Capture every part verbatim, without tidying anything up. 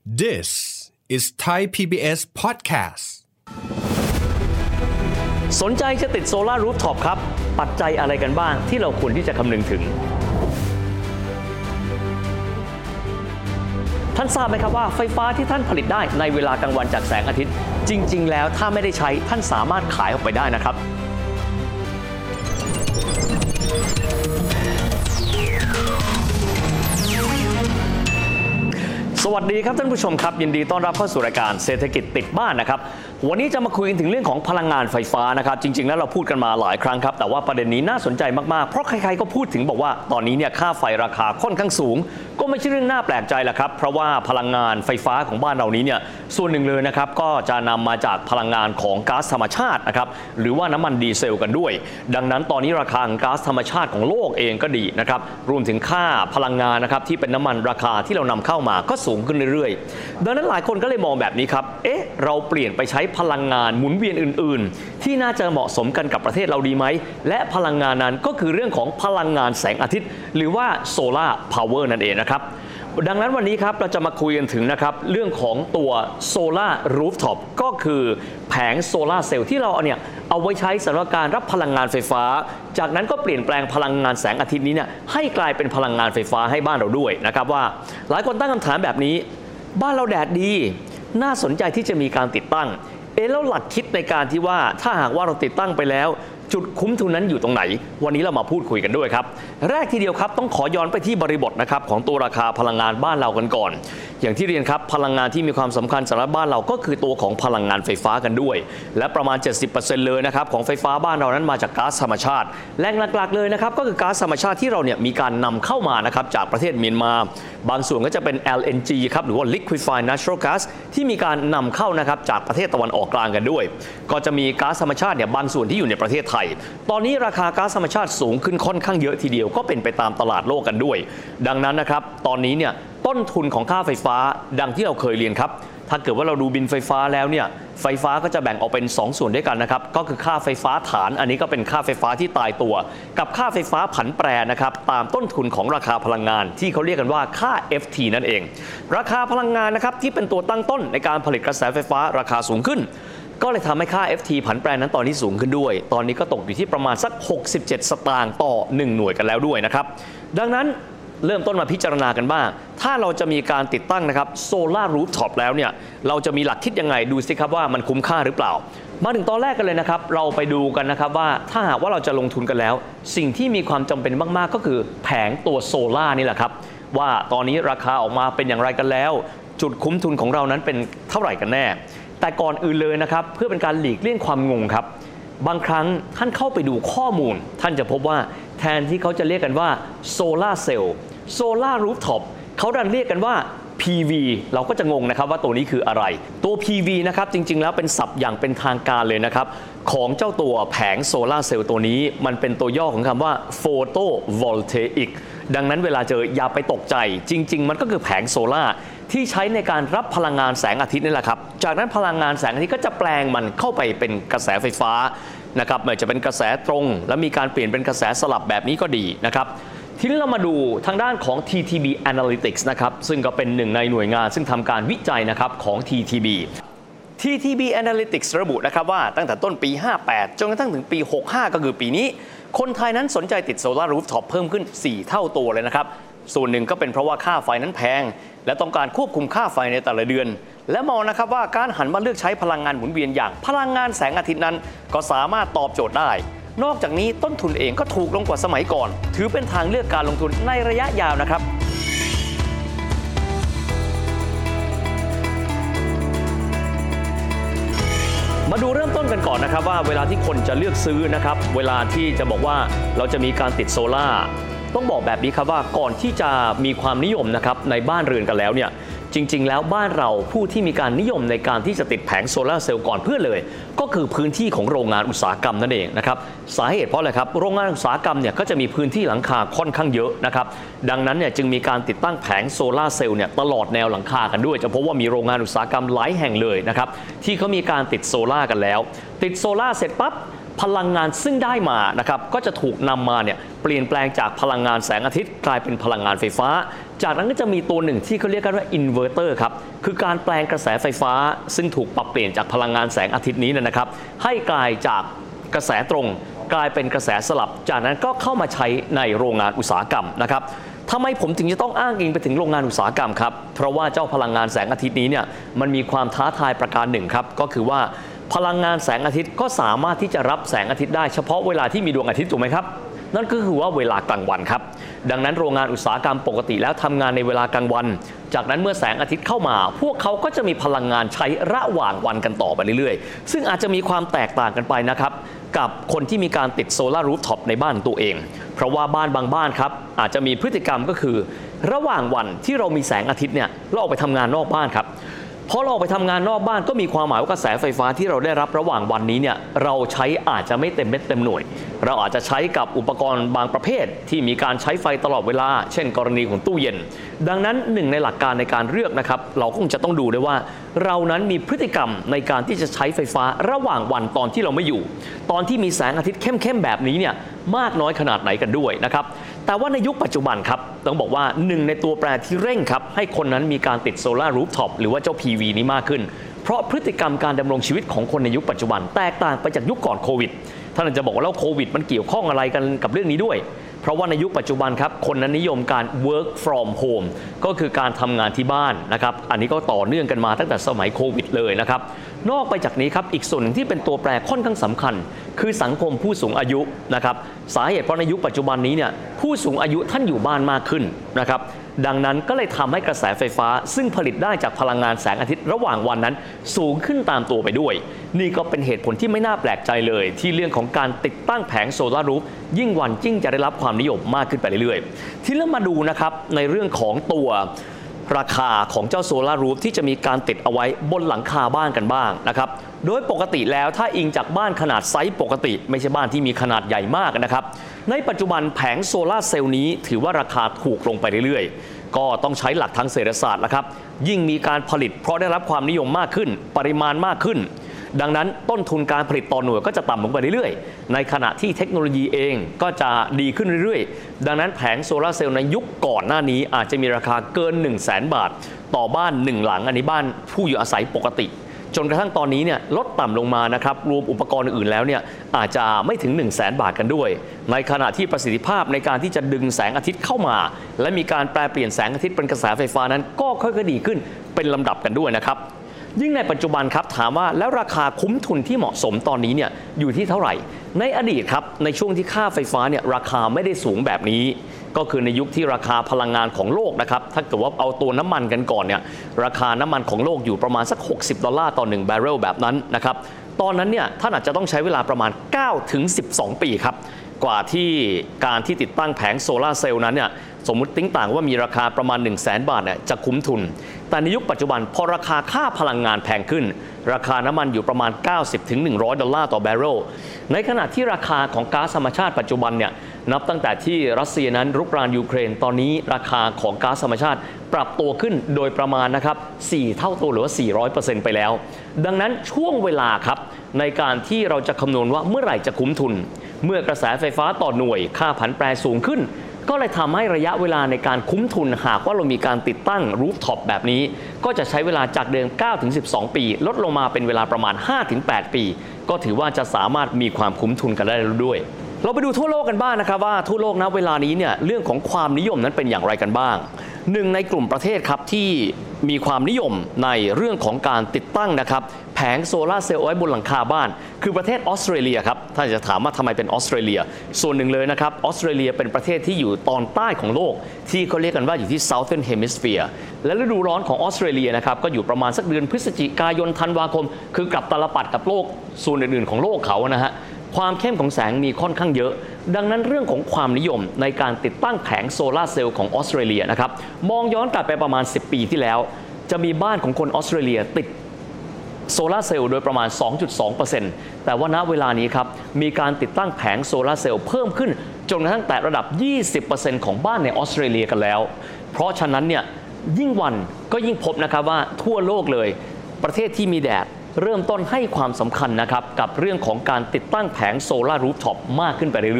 This is Thai พี บี เอส podcast สนใจจะติดโซล่ารูฟท็อปครับปัจจัยอะไรกันบ้างที่เราควรที่จะคำนึงถึงท่านทราบไหมครับว่าไฟฟ้าที่ท่านผลิตได้ในเวลากลางวันจากแสงอาทิตย์จริงๆแล้วถ้าไม่ได้ใช้ท่านสามารถขายออกไปได้นะครับสวัสดีครับท่านผู้ชมครับยินดีต้อนรับเข้าสู่รายการเศรษฐกิจติดบ้านนะครับวันนี้จะมาคุยกันถึงเรื่องของพลังงานไฟฟ้านะครับจริงๆแล้วเราพูดกันมาหลายครั้งครับแต่ว่าประเด็นนี้น่าสนใจมากๆเพราะใครๆก็พูดถึงบอกว่าตอนนี้เนี่ยค่าไฟราคาค่อนข้างสูงก็ไม่ใช่เรื่องน่าแปลกใจแหละครับเพราะว่าพลังงานไฟฟ้าของบ้านเรานี้เนี่ยส่วนหนึ่งเลยนะครับก็จะนำมาจากพลังงานของก๊าซธรรมชาตินะครับหรือว่าน้ำมันดีเซลกันด้วยดังนั้นตอนนี้ราคาของก๊าซธรรมชาติของโลกเองก็ดีนะครับรวมถึงค่าพลังงานนะครับที่เป็นน้ำมันราคาที่เรานำเข้ามาก็สูงขึ้นเรื่อยๆดังนั้นหลายคนก็เลยมองแบบนี้ครับเอ๊ะเราเปลี่ยนไปใช้พลังงานหมุนเวียนอื่นๆที่น่าจะเหมาะสมกันกับประเทศเราดีไหมและพลังงานนั้นก็คือเรื่องของพลังงานแสงอาทิตย์หรือว่าโซล่าพาวเวอร์นั่นเองนะครับดังนั้นวันนี้ครับเราจะมาคุยกันถึงนะครับเรื่องของตัวโซล่ารูฟท็อปก็คือแผงโซล่าเซลล์ที่เราเนี่ยเอาไว้ใช้สำหรับการรับพลังงานไฟฟ้าจากนั้นก็เปลี่ยนแปลงพลังงานแสงอาทิตย์นี้เนี่ยให้กลายเป็นพลังงานไฟฟ้าให้บ้านเราด้วยนะครับว่าหลายคนตั้งคำถามแบบนี้บ้านเราแดดดีน่าสนใจที่จะมีการติดตั้งเอ๊ะแล้วหลักคิดในการที่ว่าถ้าหากว่าเราติดตั้งไปแล้วจุดคุ้มทุนนั้นอยู่ตรงไหนวันนี้เรามาพูดคุยกันด้วยครับแรกทีเดียวครับต้องขอย้อนไปที่บริบทนะครับของตัวราคาพลังงานบ้านเรากันก่อนอย่างที่เรียนครับพลังงานที่มีความสำคัญสำหรับบ้านเราก็คือตัวของพลังงานไฟฟ้ากันด้วยและประมาณ เจ็ดสิบเปอร์เซ็นต์ เลยนะครับของไฟฟ้าบ้านเรานั้นมาจากก๊าซธรรมชาติแหล่งหลักๆเลยนะครับก็คือก๊าซธรรมชาติที่เราเนี่ยมีการนำเข้ามานะครับจากประเทศเมียนมาบางส่วนก็จะเป็น แอล เอ็น จี ครับหรือว่า Liquefied Natural Gas ที่มีการนำเข้านะครับจากประเทศตะวันออกกลางกันด้วยก็จะมีก๊าซธรรมชาติเนี่ยบางส่วนที่อยู่ในประเทศไทยตอนนี้ราคาก๊าซธรรมชาติสูงขึ้นค่อนข้างเยอะทีเดียวก็เป็นไปตามตลาดโลกกันด้วยดังนั้นนะครับตอนนี้เนี่ยต้นทุนของค่าไฟฟ้าดังที่เราเคยเรียนครับถ้าเกิดว่าเราดูบิลไฟฟ้าแล้วเนี่ยไฟฟ้าก็จะแบ่งออกเป็นสองส่วนด้วยกันนะครับก็คือค่าไฟฟ้าฐานอันนี้ก็เป็นค่าไฟฟ้าที่ตายตัวกับค่าไฟฟ้าผันแปรนะครับตามต้นทุนของราคาพลังงานที่เขาเรียกกันว่าค่า เอฟ ที นั่นเองราคาพลังงานนะครับที่เป็นตัวตั้งต้นในการผลิตกระแสไฟฟ้าราคาสูงขึ้นก็เลยทำให้ค่า เอฟ ที ผันแปรนั้นตอนนี้สูงขึ้นด้วยตอนนี้ก็ตกอยู่ที่ประมาณสักหกสิบเจ็ดสตางค์ต่อหนึ่งหน่วยกันแล้วด้วยนะครับดังนั้นเริ่มต้นมาพิจารณากันบ้างถ้าเราจะมีการติดตั้งนะครับโซล่ารูฟท็อปแล้วเนี่ยเราจะมีหลักคิดยังไงดูสิครับว่ามันคุ้มค่าหรือเปล่ามาถึงตอนแรกกันเลยนะครับเราไปดูกันนะครับว่าถ้าหากว่าเราจะลงทุนกันแล้วสิ่งที่มีความจำเป็นมากๆก็คือแผงตัวโซล่านี่แหละครับว่าตอนนี้ราคาออกมาเป็นอย่างไรกันแล้วจุดคุ้มทุนของเรานั้นเป็นเท่าไหร่กันแน่แต่ก่อนอื่นเลยนะครับเพื่อเป็นการหลีกเลี่ยงความงงครับบางครั้งท่านเข้าไปดูข้อมูลท่านจะพบว่าแทนที่เขาจะเรียกกันว่าโซล่าเซลล์โซล่ารูฟท็อปเขาดันเรียกกันว่า พี วี เราก็จะงงนะครับว่าตัวนี้คืออะไรตัว พี วี นะครับจริงๆแล้วเป็นศัพท์อย่างเป็นทางการเลยนะครับของเจ้าตัวแผงโซล่าเซลล์ตัวนี้มันเป็นตัวย่อของคำว่าโฟโตโวลเทอิกดังนั้นเวลาเจออย่าไปตกใจจริงๆมันก็คือแผงโซล่าที่ใช้ในการรับพลังงานแสงอาทิตย์นี่แหละครับจากนั้นพลังงานแสงอาทิตย์ก็จะแปลงมันเข้าไปเป็นกระแสไฟฟ้านะครับไม่ว่าจะเป็นกระแสตรงและมีการเปลี่ยนเป็นกระแสสลับแบบนี้ก็ดีนะครับทีนี้เรามาดูทางด้านของ ที ที บี Analytics นะครับซึ่งก็เป็นหนึ่งในหน่วยงานซึ่งทำการวิจัยนะครับของ ที ที บี ที ที บี Analytics ระบุนะครับว่าตั้งแต่ต้นปีห้าแปดจนกระทั่งถึงปีหกสิบห้าก็คือปีนี้คนไทยนั้นสนใจติดโซล่ารูฟท็อปเพิ่มขึ้นสี่เท่าตัวเลยนะครับส่วนหนึ่งก็เป็นเพราะว่าค่าไฟนั้นแพงและต้องการควบคุมค่าไฟในแต่ละเดือนและมองนะครับว่าการหันมาเลือกใช้พลังงานหมุนเวียนอย่างพลังงานแสงอาทิตย์นั้นก็สามารถตอบโจทย์ได้นอกจากนี้ต้นทุนเองก็ถูกลงกว่าสมัยก่อนถือเป็นทางเลือกการลงทุนในระยะยาวนะครับมาดูเริ่มต้นกันก่อนนะครับว่าเวลาที่คนจะเลือกซื้อนะครับเวลาที่จะบอกว่าเราจะมีการติดโซล่าต้องบอกแบบนี้ครับว่าก่อนที่จะมีความนิยมนะครับในบ้านเรือนกันแล้วเนี่ยจริงๆแล้วบ้านเราผู้ที่มีการนิยมในการที่จะติดแผงโซล่าเซลล์ก่อนเพื่อเลยก็คือพื้นที่ของโรงงานอุตสาหกรรมนั่นเองนะครับสาเหตุเพราะอะไรครับโรงงานอุตสาหกรรมเนี่ยก็จะมีพื้นที่หลังคาค่อนข้างเยอะนะครับดังนั้นเนี่ยจึงมีการติดตั้งแผงโซล่าเซลล์เนี่ยตลอดแนวหลังคากันด้วยจะพบว่ามีโรงงานอุตสาหกรรมหลายแห่งเลยนะครับที่เขามีการติดโซล่ากันแล้วติดโซล่าเสร็จปั๊บพลังงานซึ่งได้มานะครับก็จะถูกนำมาเนี่ยเปลี่ยนแปลงจากพลังงานแสงอาทิตย์กลายเป็นพลังงานไฟฟ้าจากนั้นก็จะมีตัวหนึ่งที่เขาเรียกกันว่าอินเวอร์เตอร์ครับคือการแปลงกระแสไฟฟ้าซึ่งถูกปรับเปลี่ยนจากพลังงานแสงอาทิตย์นี้นะครับให้กลายจากกระแสตรงกลายเป็นกระแสสลับจากนั้นก็เข้ามาใช้ในโรงงานอุตสาหกรรมนะครับทำไมผมถึงจะต้องอ้างอิงไปถึงโรงงานอุตสาหกรรมครับเพราะว่าเจ้าพลังงานแสงอาทิตย์นี้เนี่ยมันมีความท้าทายประการหนึ่งครับก็คือว่าพลังงานแสงอาทิตย์ก็สามารถที่จะรับแสงอาทิตย์ได้เฉพาะเวลาที่มีดวงอาทิตย์ถูกไหมครับนั่นก็คือว่าเวลากลางวันครับดังนั้นโรงงานอุตสาหกรรมปกติแล้วทำงานในเวลากลางวันจากนั้นเมื่อแสงอาทิตย์เข้ามาพวกเขาก็จะมีพลังงานใช้ระหว่างวันกันต่อไปเรื่อยๆซึ่งอาจจะมีความแตกต่างกันไปนะครับกับคนที่มีการติดโซลารูฟท็อปในบ้านตัวเองเพราะว่าบ้านบางบ้านครับอาจจะมีพฤติกรรมก็คือระหว่างวันที่เรามีแสงอาทิตย์เนี่ยเราออกไปทำงานนอกบ้านครับพอเราออกไปทำงานนอกบ้านก็มีความหมายว่ากระแสไฟฟ้าที่เราได้รับระหว่างวันนี้เนี่ยเราใช้อาจจะไม่เต็มเม็ดเต็มหน่วยเราอาจจะใช้กับอุปกรณ์บางประเภทที่มีการใช้ไฟตลอดเวลาเช่นกรณีของตู้เย็นดังนั้นหนึ่งในหลักการในการเลือกนะครับเราคงจะต้องดูด้วยว่าเรานั้นมีพฤติกรรมในการที่จะใช้ไฟฟ้าระหว่างวันตอนที่เราไม่อยู่ตอนที่มีแสงอาทิตย์เข้มๆแบบนี้เนี่ยมากน้อยขนาดไหนกันด้วยนะครับแต่ว่าในยุคปัจจุบันครับต้องบอกว่าหนึ่งในตัวแปรที่เร่งครับให้คนนั้นมีการติดโซลาร์รูฟท็อปหรือว่าเจ้า พี วี นี้มากขึ้นเพราะพฤติกรรมการดำรงชีวิตของคนในยุคปัจจุบันแตกต่างไปจากยุคก่อนโควิดท่านอาจจะบอกว่าแล้วโควิดมันเกี่ยวข้องอะไรกันกับเรื่องนี้ด้วยเพราะว่าในยุคปัจจุบันครับคนนั้นนิยมการ work from home ก็คือการทำงานที่บ้านนะครับอันนี้ก็ต่อเนื่องกันมาตั้งแต่สมัยโควิดเลยนะครับนอกไปจากนี้ครับอีกส่วนหนึ่งที่เป็นตัวแปรค่อนข้างสำคัญคือสังคมผู้สูงอายุนะครับสาเหตุเพราะในยุคปัจจุบันนี้เนี่ยผู้สูงอายุท่านอยู่บ้านมากขึ้นนะครับดังนั้นก็เลยทำให้กระแสไฟฟ้าซึ่งผลิตได้จากพลังงานแสงอาทิตย์ระหว่างวันนั้นสูงขึ้นตามตัวไปด้วยนี่ก็เป็นเหตุผลที่ไม่น่าแปลกใจเลยที่เรื่องของการติดตั้งแผงโซลาร์รูฟยิ่งวันยิ่งจะได้รับความนิยมมากขึ้นไปเรื่อยๆที่เรามาดูนะครับในเรื่องของตัวราคาของเจ้าโซลาร์รูฟที่จะมีการติดเอาไว้บนหลังคาบ้านกันบ้างนะครับโดยปกติแล้วถ้าอิงจากบ้านขนาดไซส์ปกติไม่ใช่บ้านที่มีขนาดใหญ่มากนะครับในปัจจุบันแผงโซลาร์เซลล์นี้ถือว่าราคาถูกลงไปเรื่อยๆก็ต้องใช้หลักทางเศรษฐศาสตร์แล้วครับยิ่งมีการผลิตเพราะได้รับความนิยมมากขึ้นปริมาณมากขึ้นดังนั้นต้นทุนการผลิตต่อหน่วยก็จะต่ำลงไปเรื่อยๆในขณะที่เทคโนโลยีเองก็จะดีขึ้นเรื่อยๆดังนั้นแผงโซลาร์เซลล์ในยุคก่อนหน้านี้อาจจะมีราคาเกิน หนึ่งแสน บาทต่อบ้านหนึ่งหลังอันนี้บ้านผู้อยู่อาศัยปกติจนกระทั่งตอนนี้เนี่ยลดต่ำลงมานะครับรวมอุปกรณ์อื่นแล้วเนี่ยอาจจะไม่ถึง หนึ่งแสน บาทกันด้วยในขณะที่ประสิทธิภาพในการที่จะดึงแสงอาทิตย์เข้ามาและมีการแปลเปลี่ยนแสงอาทิตย์เป็นกระแสไฟฟ้านั้นก็ค่อยๆดีขึ้นเป็นลำดับกันด้วยนะครับยิ่งในปัจจุบันครับถามว่าแล้วราคาคุ้มทุนที่เหมาะสมตอนนี้เนี่ยอยู่ที่เท่าไหร่ในอดีตครับในช่วงที่ค่าไฟฟ้าเนี่ยราคาไม่ได้สูงแบบนี้ก็คือในยุคที่ราคาพลังงานของโลกนะครับถ้าเกิดว่าเอาตัวน้ำมันกันก่อนเนี่ยราคาน้ำมันของโลกอยู่ประมาณสักหกสิบดอลลาร์ต่อหนึ่งบาร์เรลแบบนั้นนะครับตอนนั้นเนี่ยท่านอาจจะต้องใช้เวลาประมาณเก้าถึงสิบสองปีครับกว่าที่การที่ติดตั้งแผงโซลาร์เซลล์นั้นเนี่ยสมมุติติ้งต่างว่ามีราคาประมาณ หนึ่งแสน บาทเนี่ยจะคุ้มทุนแต่ในยุคปัจจุบันพอราคาค่าพลังงานแพงขึ้นราคาน้ำมันอยู่ประมาณ เก้าสิบถึงหนึ่งร้อย ดอลลาร์ต่อบาร์เรลในขณะที่ราคาของก๊าซธรรมชาติปัจจุบันเนี่ยนับตั้งแต่ที่รัสเซียนั้นรุกรานยูเครนตอนนี้ราคาของก๊าซธรรมชาติปรับตัวขึ้นโดยประมาณนะครับสี่เท่าตัวหรือว่า สี่ร้อยเปอร์เซ็นต์ ไปแล้วดังนั้นช่วงเวลาครับในการที่เราจะคำนวณว่าเมื่อไหร่จะคุ้มทุนเมื่อกระแสไฟฟ้าต่อหน่วยค่าผันแปรสูงขึ้นก็เลยทำให้ระยะเวลาในการคุ้มทุนหากว่าเรามีการติดตั้งรูฟท็อปแบบนี้ก็จะใช้เวลาจากเดิม เก้าถึงสิบสอง ปีลดลงมาเป็นเวลาประมาณ ห้าถึงแปด ปีก็ถือว่าจะสามารถมีความคุ้มทุนกันได้ด้วยเราไปดูทั่วโลกกันบ้าง นะครับว่าทั่วโลกณเวลานี้เนี่ยเรื่องของความนิยมนั้นเป็นอย่างไรกันบ้างหนึ่งในกลุ่มประเทศครับที่มีความนิยมในเรื่องของการติดตั้งนะครับแผงโซลาร์เซลล์ไว้บนหลังคาบ้านคือประเทศออสเตรเลียครับถ้าจะถามว่าทำไมเป็นออสเตรเลียส่วนหนึ่งเลยนะครับออสเตรเลียเป็นประเทศที่อยู่ตอนใต้ของโลกที่เขาเรียกกันว่าอยู่ที่ Southern Hemisphere และฤดูร้อนของออสเตรเลียนะครับก็อยู่ประมาณสักเดือนพฤศจิกายนธันวาคมคือกลับตาลปัดกับโลกส่วนอื่นๆของโลกเขานะฮะความเข้มของแสงมีค่อนข้างเยอะดังนั้นเรื่องของความนิยมในการติดตั้งแผงโซลาร์เซลล์ของออสเตรเลียนะครับมองย้อนกลับไปประมาณสิบปีที่แล้วจะมีบ้านของคนออสเตรเลียติดโซลาร์เซลล์โดยประมาณ สองจุดสองเปอร์เซ็นต์ แต่ว่าณเวลานี้ครับมีการติดตั้งแผงโซลาร์เซลล์เพิ่มขึ้นจนกระทั่งแตะระดับ ยี่สิบเปอร์เซ็นต์ ของบ้านในออสเตรเลียกันแล้วเพราะฉะนั้นเนี่ยยิ่งวันก็ยิ่งพบนะครับว่าทั่วโลกเลยประเทศที่มีแดดเริ่มต้นให้ความสำคัญนะครับกับเรื่องของการติดตั้งแผงโซลาร์รูฟท็อปมากขึ้นไปเรื่อยๆ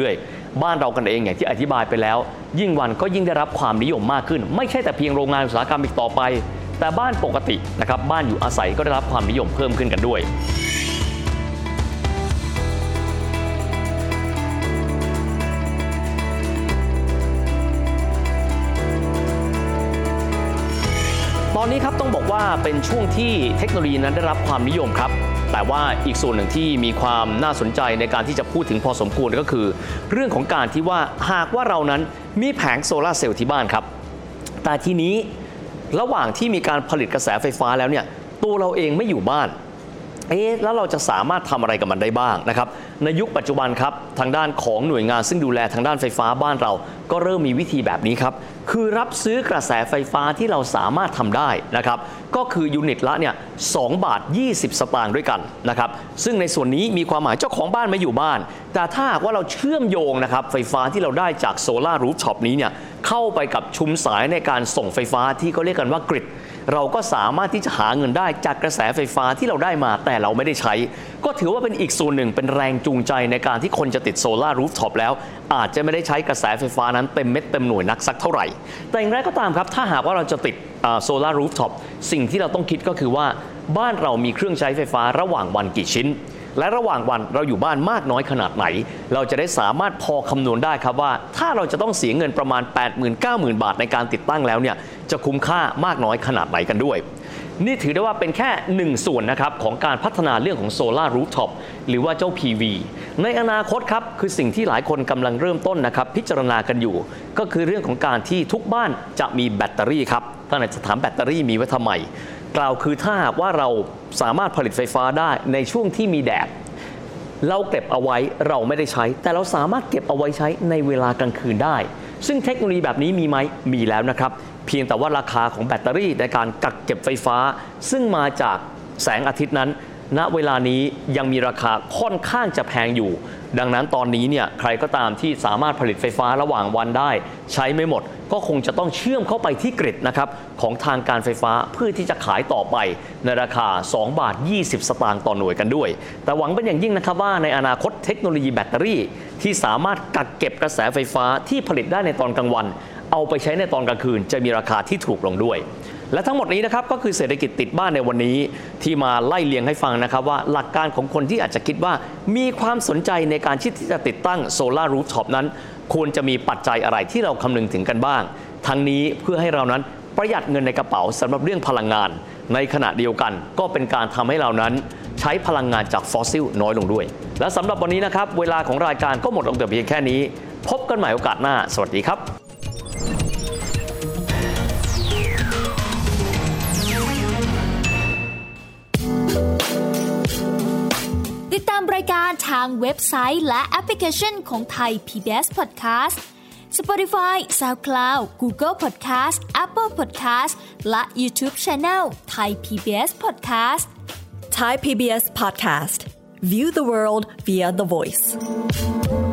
บ้านเรากันเองอย่างที่อธิบายไปแล้วยิ่งวันก็ยิ่งได้รับความนิยมมากขึ้นไม่ใช่แต่เพียงโรงงานอุตสาหกรรมอีกต่อไปแต่บ้านปกตินะครับบ้านอยู่อาศัยก็ได้รับความนิยมเพิ่มขึ้นกันด้วยตอนนี้ครับต้องบอกว่าเป็นช่วงที่เทคโนโลยีนั้นได้รับความนิยมครับแต่ว่าอีกส่วนหนึ่งที่มีความน่าสนใจในการที่จะพูดถึงพอสมควรก็คือเรื่องของการที่ว่าหากว่าเรานั้นมีแผงโซลาร์เซลล์ที่บ้านครับแต่ทีนี้ระหว่างที่มีการผลิตกระแสไฟฟ้าแล้วเนี่ยตัวเราเองไม่อยู่บ้านเอ๊ะแล้วเราจะสามารถทำอะไรกับมันได้บ้างนะครับในยุคปัจจุบันครับทางด้านของหน่วยงานซึ่งดูแลทางด้านไฟฟ้าบ้านเราก็เริ่มมีวิธีแบบนี้ครับคือรับซื้อกระแสไฟฟ้าที่เราสามารถทำได้นะครับก็คือยูนิตละเนี่ยสองบาทยี่สิบสตางค์ด้วยกันนะครับซึ่งในส่วนนี้มีความหมายเจ้าของบ้านไม่อยู่บ้านแต่ถ้าหากว่าเราเชื่อมโยงนะครับไฟฟ้าที่เราได้จากโซลาร์รูฟท็อปนี้เนี่ยเข้าไปกับชุมสายในการส่งไฟฟ้าที่เขาเรียกกันว่ากริดเราก็สามารถที่จะหาเงินได้จากกระแสไฟฟ้าที่เราได้มาแต่เราไม่ได้ใช้ก็ถือว่าเป็นอีกส่วนหนึ่งเป็นแรงจูงใจในการที่คนจะติดโซลาร์รูฟท็อปแล้วอาจจะไม่ได้ใช้กระแสไฟฟ้านั้นเต็มเม็ดเต็มหน่วยนักสักเท่าไหร่แต่อย่างไรก็ตามครับถ้าหากว่าเราจะติดโซลาร์รูฟท็อปสิ่งที่เราต้องคิดก็คือว่าบ้านเรามีเครื่องใช้ไฟฟ้าระหว่างวันกี่ชิ้นและระหว่างวันเราอยู่บ้านมากน้อยขนาดไหนเราจะได้สามารถพอคำนวณได้ครับว่าถ้าเราจะต้องเสียเงินประมาณ แปดหมื่น เก้าหมื่น บาทในการติดตั้งแล้วเนี่ยจะคุ้มค่ามากน้อยขนาดไหนกันด้วยนี่ถือได้ว่าเป็นแค่หนึ่งส่วนนะครับของการพัฒนาเรื่องของโซลาร์รูฟท็อปหรือว่าเจ้า พี วี ในอนาคตครับคือสิ่งที่หลายคนกำลังเริ่มต้นนะครับพิจารณากันอยู่ก็คือเรื่องของการที่ทุกบ้านจะมีแบตเตอรี่ครับท่านอาจจะถามแบตเตอรี่มีไว้ทำไมกล่าวคือถ้าหากว่าเราสามารถผลิตไฟฟ้าได้ในช่วงที่มีแดดเราเก็บเอาไว้เราไม่ได้ใช้แต่เราสามารถเก็บเอาไว้ใช้ในเวลากลางคืนได้ซึ่งเทคโนโลยีแบบนี้มีไหมมีแล้วนะครับเพียงแต่ว่าราคาของแบตเตอรี่ในการกักเก็บไฟฟ้าซึ่งมาจากแสงอาทิตย์นั้นณเวลานี้ยังมีราคาค่อนข้างจะแพงอยู่ดังนั้นตอนนี้เนี่ยใครก็ตามที่สามารถผลิตไฟฟ้าระหว่างวันได้ใช้ไม่หมดก็คงจะต้องเชื่อมเข้าไปที่กริดนะครับของทางการไฟฟ้าเพื่อที่จะขายต่อไปในราคาสองบาทยี่สิบสตางค์ต่อหน่วยกันด้วยแต่หวังเป็นอย่างยิ่งนะครับว่าในอนาคตเทคโนโลยีแบตเตอรี่ที่สามารถกักเก็บกระแสไฟฟ้าที่ผลิตได้ในตอนกลางวันเอาไปใช้ในตอนกลางคืนจะมีราคาที่ถูกลงด้วยและทั้งหมดนี้นะครับก็คือเศรษฐกิจติดบ้านในวันนี้ที่มาไล่เลียงให้ฟังนะครับว่าหลักการของคนที่อาจจะคิดว่ามีความสนใจในการที่จะติดตั้งโซลาร์รูฟท็อปนั้นควรจะมีปัจจัยอะไรที่เราคำนึงถึงกันบ้างทั้งนี้เพื่อให้เรานั้นประหยัดเงินในกระเป๋าสำหรับเรื่องพลังงานในขณะเดียวกันก็เป็นการทำให้เรานั้นใช้พลังงานจากฟอสซิลน้อยลงด้วยและสำหรับวันนี้นะครับเวลาของรายการก็หมดลงแต่เพียงแค่นี้พบกันใหม่โอกาสหน้าสวัสดีครับติดตามรายการทางเว็บไซต์และแอปพลิเคชันของไทย พี บี เอส Podcast Spotify, SoundCloud, Google Podcast, Apple Podcast และ YouTube Channel Thai พี บี เอส Podcast Thai พี บี เอส Podcast View the world via the voice